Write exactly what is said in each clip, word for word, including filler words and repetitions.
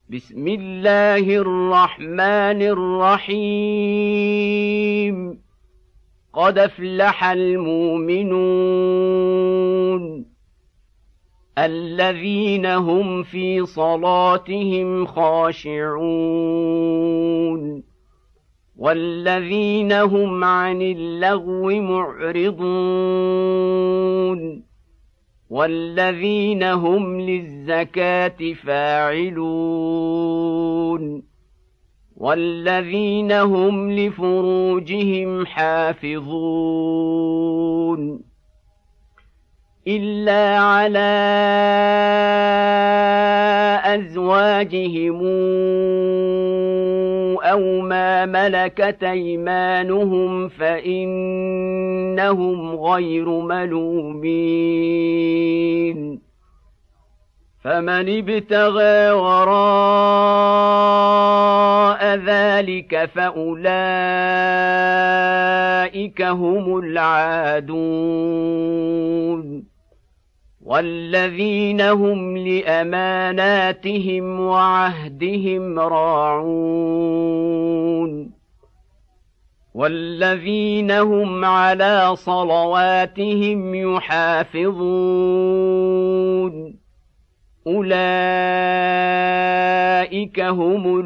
بسم الله الرحمن الرحيم قد أفلح المؤمنون الذين هم في صلاتهم خاشعون والذين هم عن اللغو معرضون والذين هم للزكاة فاعلون والذين هم لفروجهم حافظون إلا على أزواجهم أو ما ملكت أيمانهم فإنهم غير ملومين فمن ابتغى وراء ذلك فأولئك هم العادون والذين هم لأماناتهم وعهدهم راعون والذين هم على صلواتهم يحافظون أولئك هم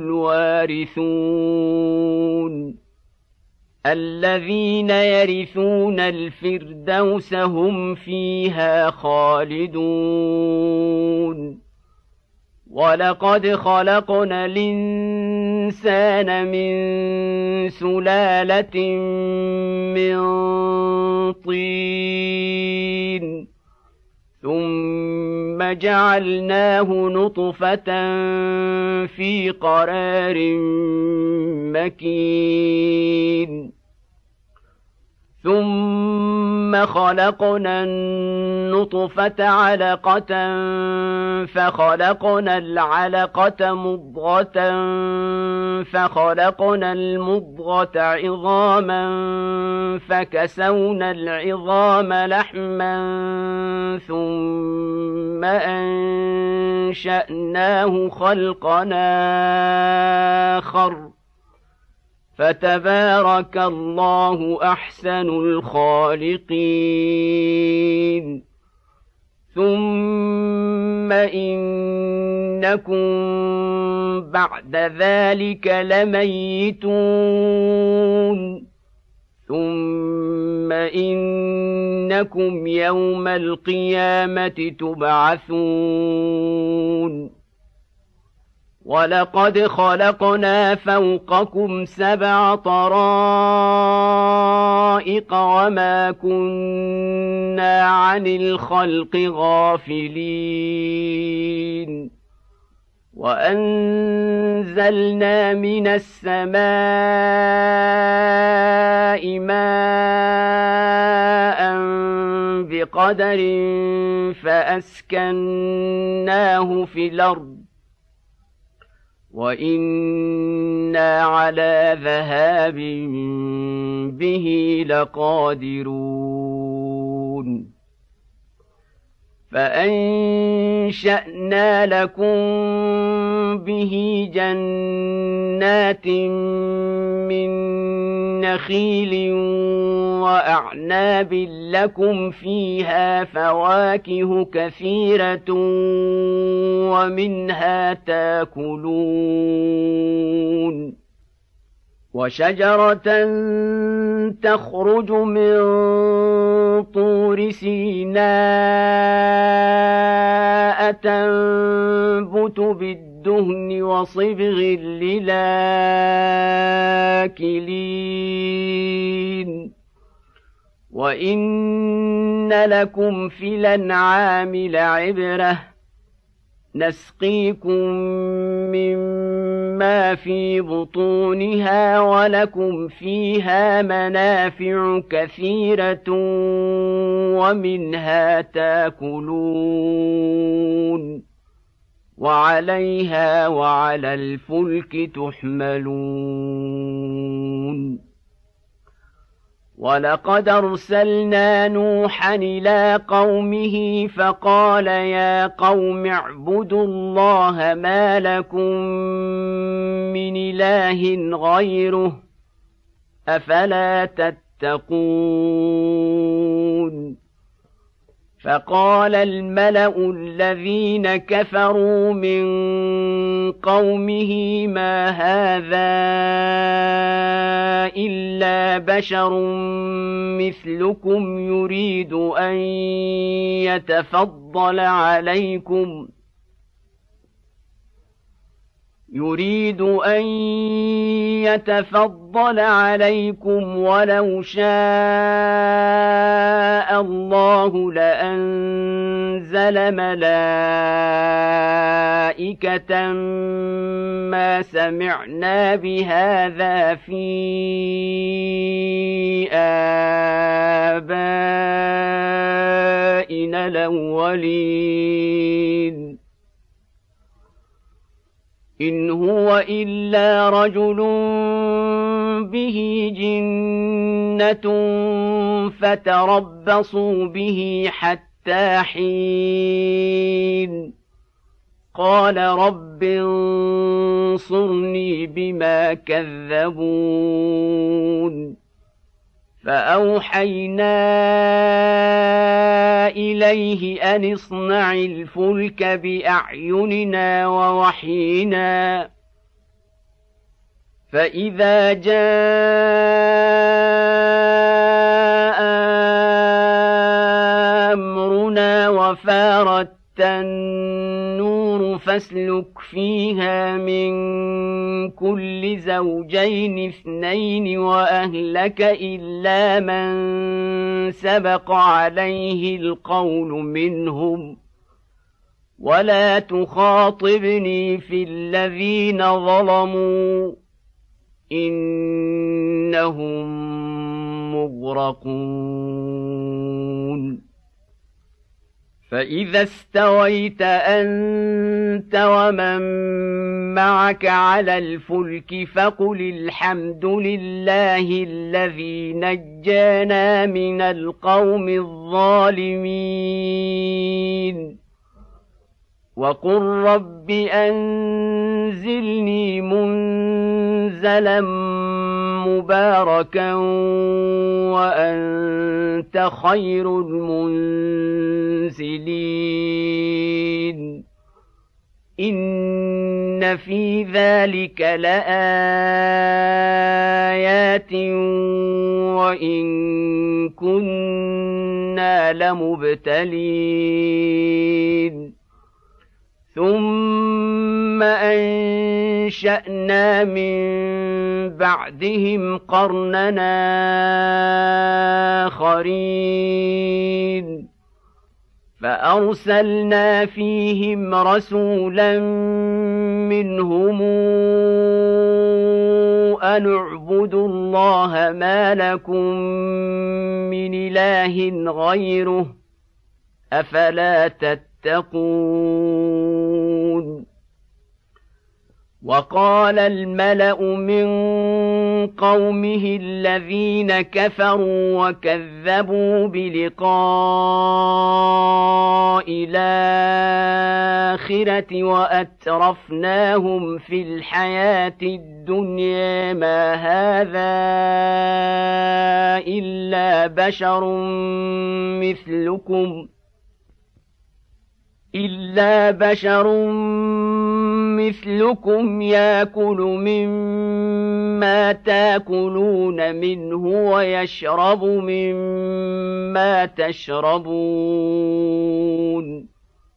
الوارثون الذين يرثون الفردوس هم فيها خالدون ولقد خلقنا الإنسان من سلالة من طين ثم جعلناه نطفة في قرار مكين ثم خلقنا النطفة علقة فخلقنا العلقة مضغة فخلقنا المضغة عظاما فكسونا العظام لحما ثم أنشأناه خلقا آخر فتبارك الله أحسن الخالقين ثم إنكم بعد ذلك لميتون ثم إنكم يوم القيامة تبعثون ولقد خلقنا فوقكم سبع طرائق وما كنا عن الخلق غافلين وأنزلنا من السماء ماء بقدر فأسكناه في الأرض وإنا على ذهاب به لقادرون فأنشأنا لكم به جنات من نخيل وأعناب لكم فيها فواكه كثيرة ومنها تاكلون وشجرة تخرج من طور سيناء تنبت بالدهن وصبغ للآكلين وإن لكم في الأنعام لعبرة نسقيكم مما في بطونها ولكم فيها منافع كثيرة ومنها تاكلون وعليها وعلى الفلك تحملون ولقد أرسلنا نوحا إلى قومه فقال يا قوم اعبدوا الله ما لكم من إله غيره أفلا تتقون فقال الملأ الذين كفروا من قومه ما هذا إلا بشر مثلكم يريد أن يتفضل عليكم يريد أن يتفضل عليكم ولو شاء الله لأنزل ملائكة ما سمعنا بهذا في آبائنا الأولين إن هو إلا رجل به جنة فتربصوا به حتى حين قال رب انصرني بما كذبون فأوحينا إليه أن اصنع الفلك بأعيننا ووحينا فإذا جاء أمرنا وفارت النور فاسلك فيها من كل زوجين اثنين وأهلك إلا من سبق عليه القول منهم ولا تخاطبني في الذين ظلموا إنهم مغرقون فإذا استويت أنت ومن معك على الفلك فقل الحمد لله الذي نجانا من القوم الظالمين وقل رب أنزلني منزلا مباركا وأنت خير المنزلين إن في ذلك لآيات وإن كنا لمبتلين ثم أنشأنا من بعدهم قرننا آخرين فأرسلنا فيهم رسولا منهم أن اعبدوا الله ما لكم من إله غيره أفلا تتقون وقال الملأ من قومه الذين كفروا وكذبوا بلقاء الآخرة وأترفناهم في الحياة الدنيا ما هذا إلا بشر مثلكم إلا بشر مثلكم يأكل مما تأكلون منه ويشرب مما تشربون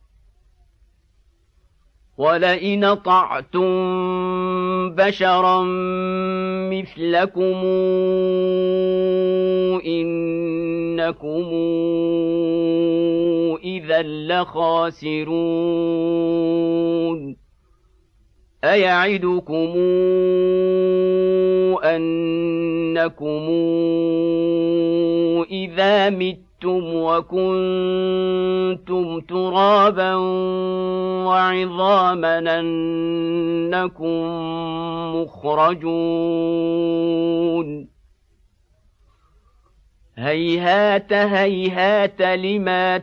ولئن أطعتم بشرا مثلكم إنكم إذا لخاسرون أيعدكم أنكم إذا متم وكنتم ترابا وعظاما أنكم مخرجون هيهات هيهات لما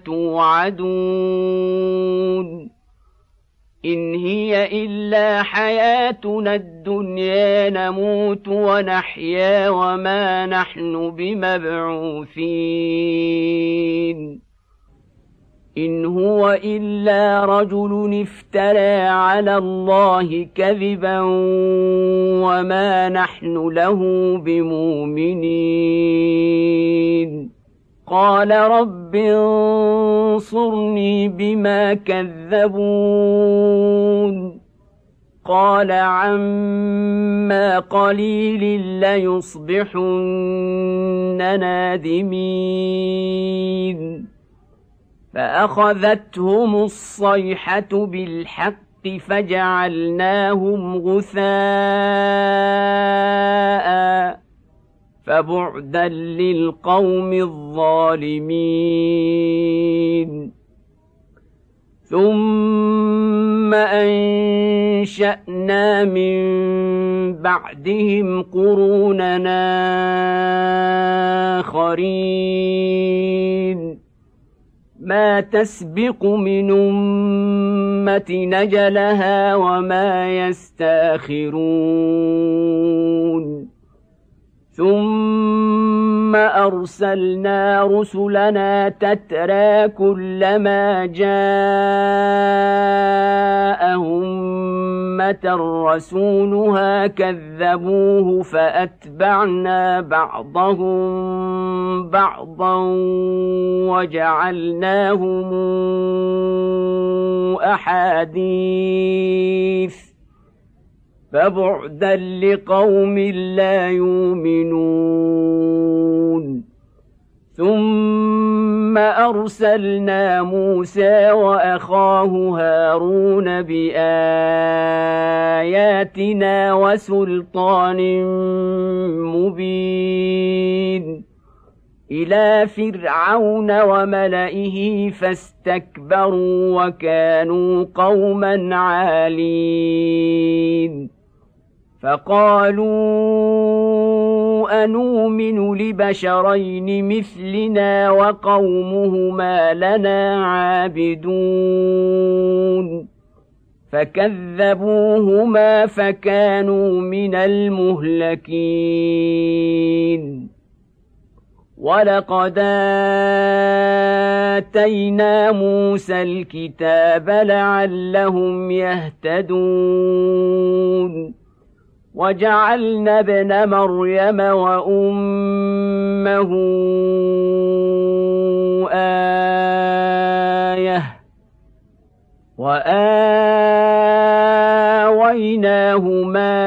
توعدون إن هي إلا حياتنا الدنيا نموت ونحيا وما نحن بمبعوثين إن هو إلا رجل افترى على الله كذبا وما نحن له بمؤمنين قال رب انصرني بما كذبون قال عما قليل ليصبحن نادمين فأخذتهم الصيحة بالحق فجعلناهم غثاء فبعدا للقوم الظالمين ثم أنشأنا من بعدهم قروننا آخرين ما تسبق من أمة نجلها وما يستأخرون ثم أرسلنا رسلنا تترى كلما جاء أمة رسولها كذبوه فأتبعنا بعضهم بعضا وجعلناهم أحاديث فبعدا لقوم لا يؤمنون ثم أرسلنا موسى وأخاه هارون بآياتنا وسلطان مبين إلى فرعون وملئه فاستكبروا وكانوا قوما عالين فقالوا أنؤمن لبشرين مثلنا وقومهما لنا عابدون فكذبوهما فكانوا من المهلكين ولقد آتينا موسى الكتاب لعلهم يهتدون وجعلنا ابن مريم وأمه آية وآويناهما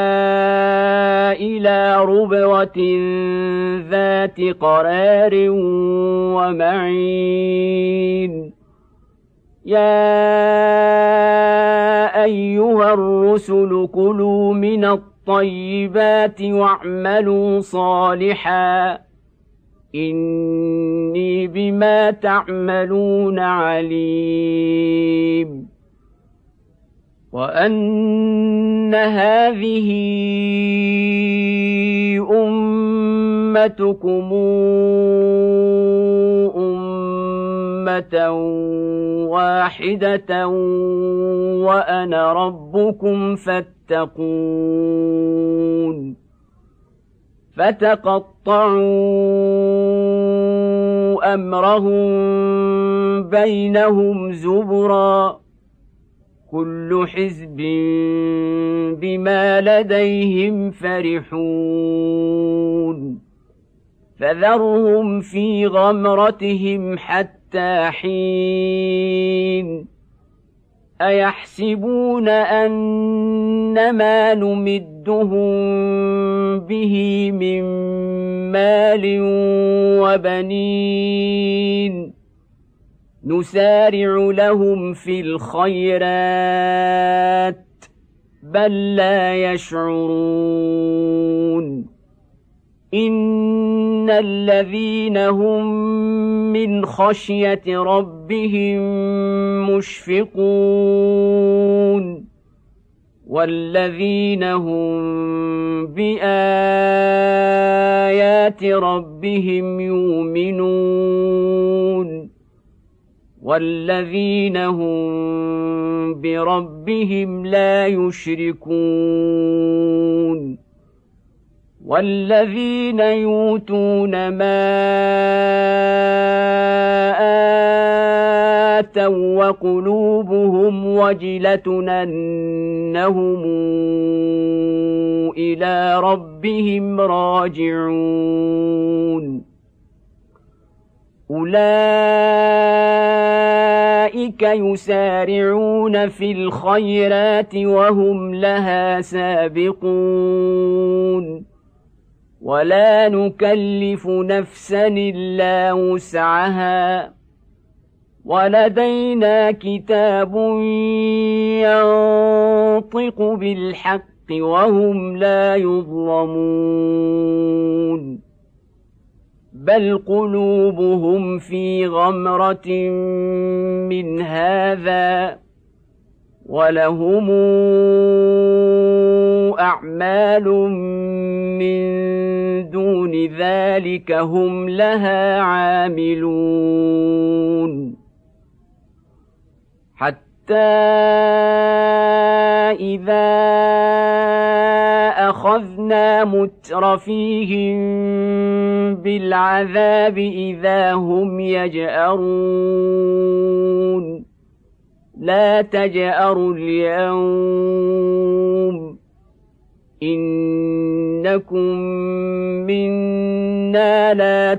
إلى ربوة ذات قرار ومعين يا أيها الرسل كلوا من الطيبات واعملوا صالحا إني بما تعملون عليم وأن هذه أمتكم أمة واحدة وأنا ربكم فاتقون فتقطعوا أمرهم بينهم زبرا كل حزب بما لديهم فرحون فذرهم في غمرتهم حتى حين أيحسبون أنما نمدهم به من مال وبنين نسارع لهم في الخيرات بل لا يشعرون إن الذين هم من خشية ربهم مشفقون والذين هم بآيات بآيات ربهم يؤمنون والذين هم بربهم لا يشركون والذين يؤتون ما آتوا وقلوبهم وجلة أنهم إلى ربهم راجعون أولئك يسارعون في الخيرات وهم لها سابقون ولا نكلف نفسا إلا وسعها ولدينا كتاب ينطق بالحق وهم لا يظلمون بل قلوبهم في غمرة من هذا ولهم أعمال من دون ذلك هم لها عاملون حتى إذا أخذنا مترفيهم بالعذاب إذا هم يجأرون لا تجأروا اليوم إنكم منا لا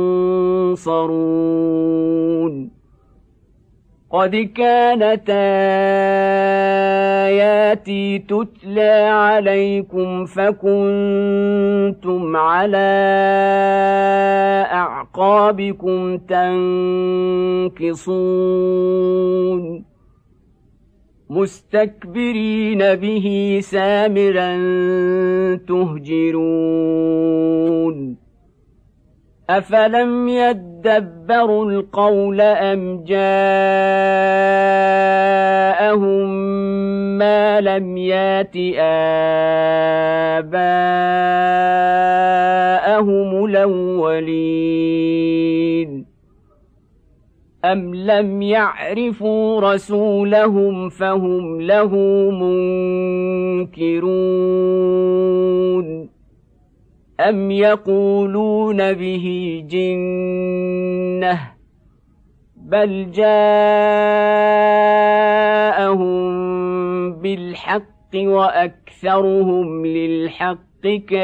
تنصرون قد كانت آياتي تتلى عليكم فكنتم على أعقابكم تنكصون مستكبرين به سامرا تهجرون أفلم يدبروا القول أم جاءهم ما لم يات آباءهم الأولين أم لم يعرفوا رسولهم فهم له منكرون أم يقولون به جنة بل جاءهم بالحق وأكثرهم للحق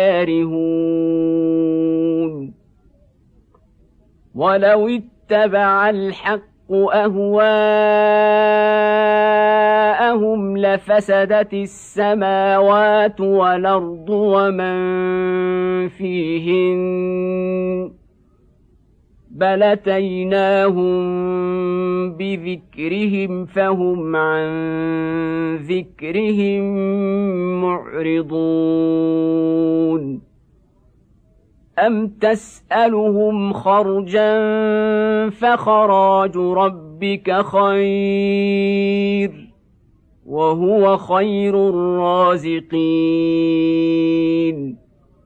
كارهون ولو اتبع الحق أهواءهم لفسدت السماوات والأرض ومن فيهن بل أتيناهم بذكرهم فهم عن ذكرهم معرضون أم تسألهم خرجا فخراج ربك خير وهو خير الرازقين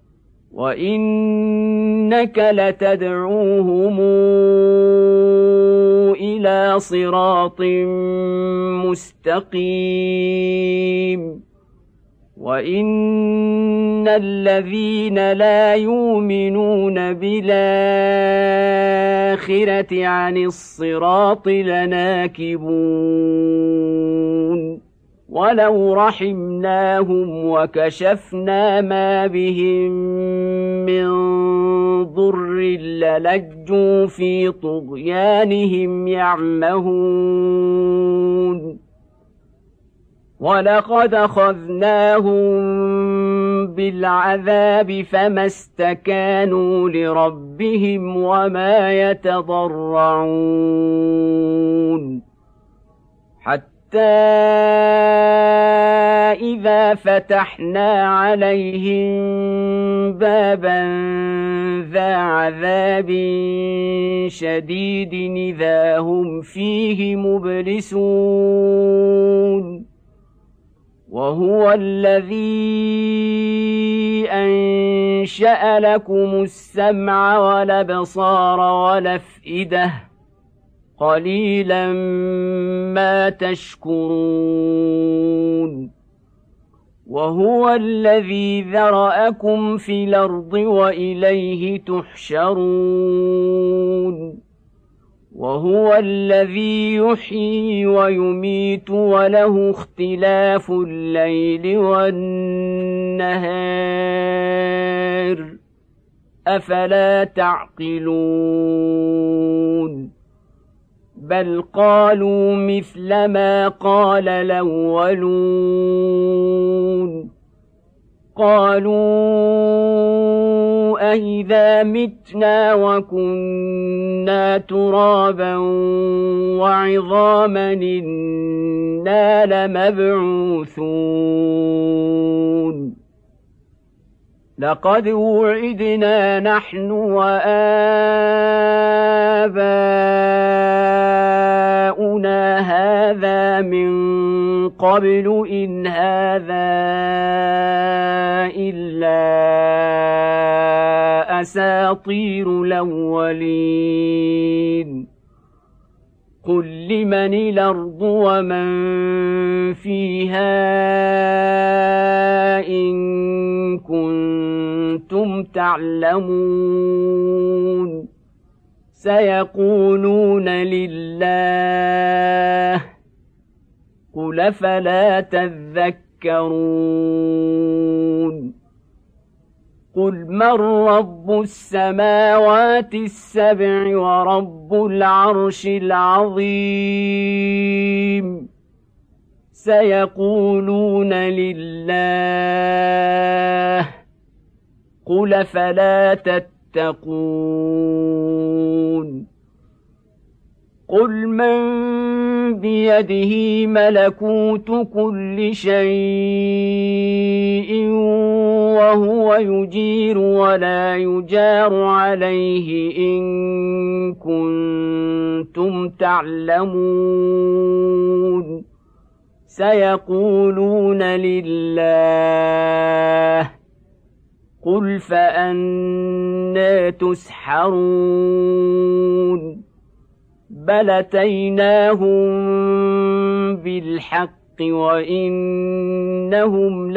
وإنك لتدعوهم إلى صراط مستقيم وإن الذين لا يؤمنون بالآخرة عن الصراط لناكبون ولو رحمناهم وكشفنا ما بهم من ضر للجوا في طغيانهم يعمهون ولقد أخذناهم بالعذاب فما استكانوا لربهم وما يتضرعون حتى إذا فتحنا عليهم بابا ذا عذاب شديد إذا هم فيه مبلسون وهو الذي أنشأ لكم السمع والأبصار والأفئدة قليلا ما تشكرون وهو الذي ذرأكم في الأرض وإليه تحشرون وهو الذي يحيي ويميت وله اختلاف الليل والنهار أفلا تعقلون بل قالوا مثل ما قال الأولون قالوا أإذا متنا وكنا ترابا وعظاما إنا لمبعوثون لقد وعدنا نحن وآباؤنا هذا من قبل إن هذا إلا أساطير الأولين قل لمن الأرض ومن فيها إن كنتم تعلمون سيقولون لله قل فلا تذكرون قل من رب السماوات السبع ورب العرش العظيم سيقولون لله قل فلا تتقون قل من بيده ملكوت كل شيء وهو يجير ولا يجار عليه إن كنتم تعلمون سيقولون لله قل فأنى تسحرون بل أتيناهم بالحق وإنهم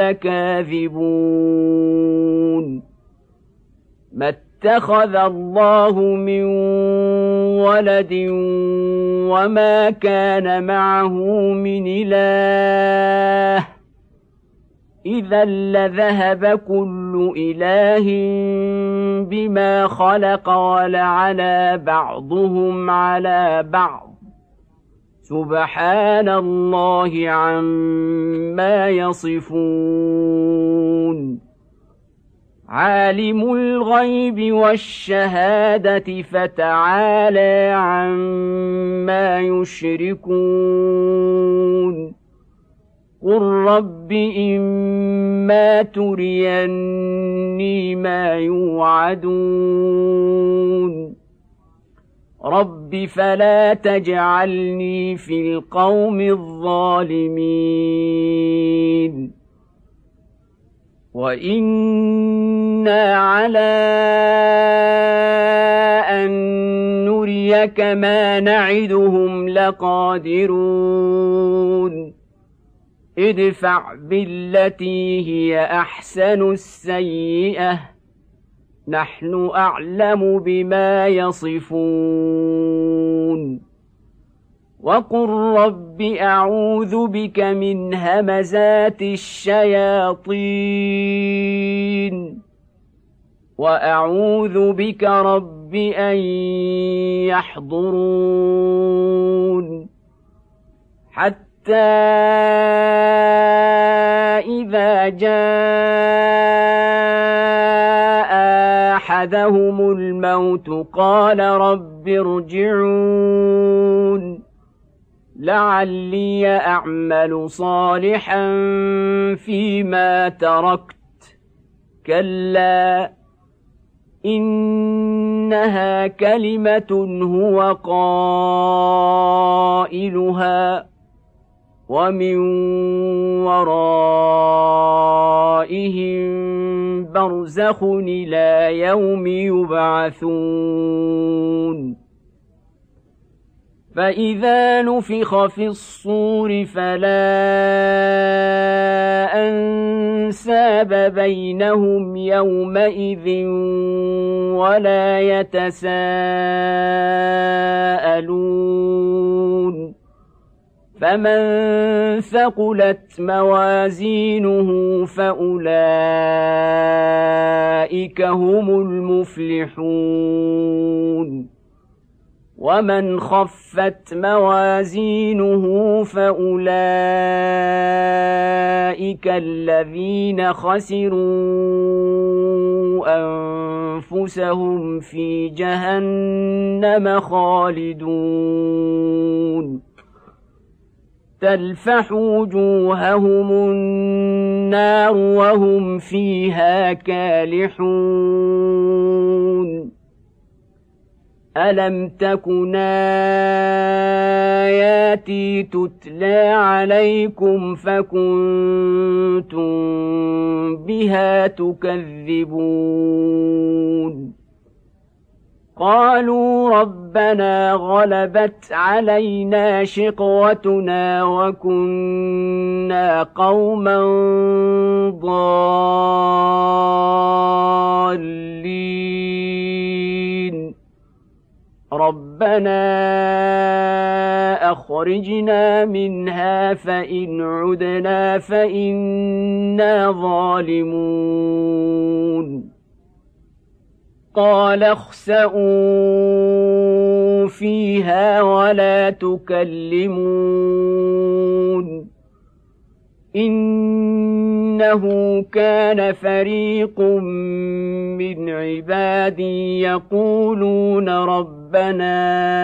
لكاذبون ما اتخذ الله من ولد وما كان معه من إله إذا لذهب كل إله بما خلق ولعلى بعضهم على بعض سبحان الله عما يصفون عالم الغيب والشهادة فتعالى عما يشركون قل رب إما تريني ما يوعدون رب فلا تجعلني في القوم الظالمين وإنا على أن نريك ما نعدهم لقادرون ادفع بالتي هي أحسن السيئة نحن أعلم بما يصفون وقل رب أعوذ بك من همزات الشياطين وأعوذ بك رب أن يحضرون حتى حتى إذا جاء أحدهم الموت قال رب ارجعون لعلي أعمل صالحا فيما تركت كلا إنها كلمة هو قائلها ومن ورائهم برزخ إلى يوم يبعثون فإذا نفخ في الصور فلا أنساب بينهم يومئذ ولا يتساءلون فمن ثقلت موازينه فأولئك هم المفلحون ومن خفت موازينه فأولئك الذين خسروا أنفسهم في جهنم خالدون تلفح وجوههم النار وهم فيها كالحون ألم تكن آياتي تتلى عليكم فكنتم بها تكذبون قالوا ربنا غلبت علينا شقوتنا وكنا قوما ضالين ربنا أخرجنا منها فإن عدنا فإنا ظالمون قال اخسئوا فيها ولا تكلمون إنه كان فريق من عبادي يقولون ربنا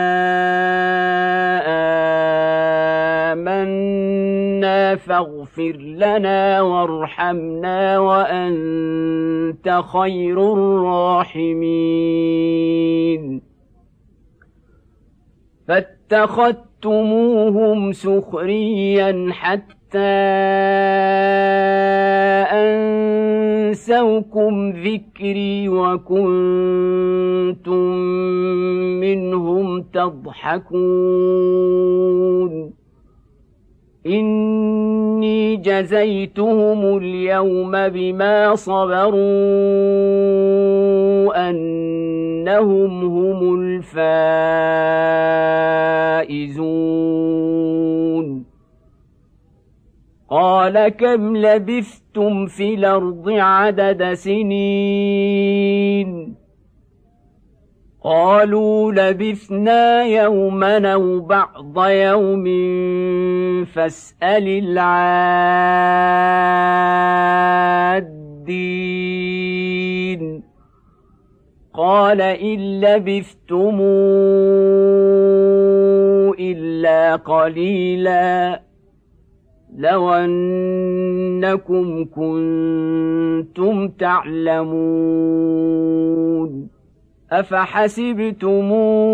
آمنا فاغفر لنا وارحمنا وأنت خير الراحمين فاتخذتموهم سخريا حتى أنسوكم ذكري وكنتم منهم تضحكون إني جزيتهم اليوم بما صبروا أنهم هم الفائزون قال كم لبثتم في الأرض عدد سنين قالوا لبثنا يوما أو بعض يوم فاسأل العادين قال إن لبثتم إلا قليلا لو أنكم كنتم تعلمون أفحسبتم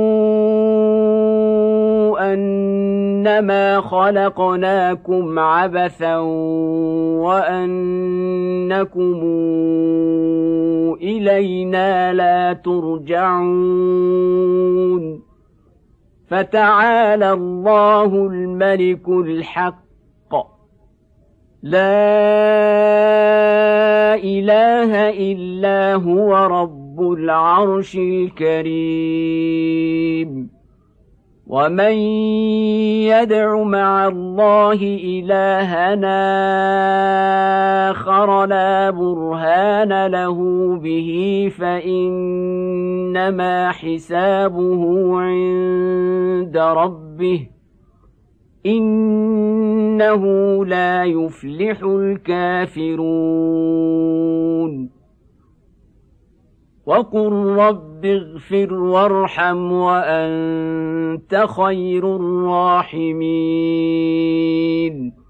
أنما خلقناكم عبثا وأنكم إلينا لا ترجعون فتعالى الله الملك الحق لا إله إلا هو رب العرش الكريم ومن يدع مع الله إلهنا آخر لا برهان له به فإنما حسابه عند ربه إنه لا يفلح الكافرون وقل رب اغفر وارحم وأنت خير الراحمين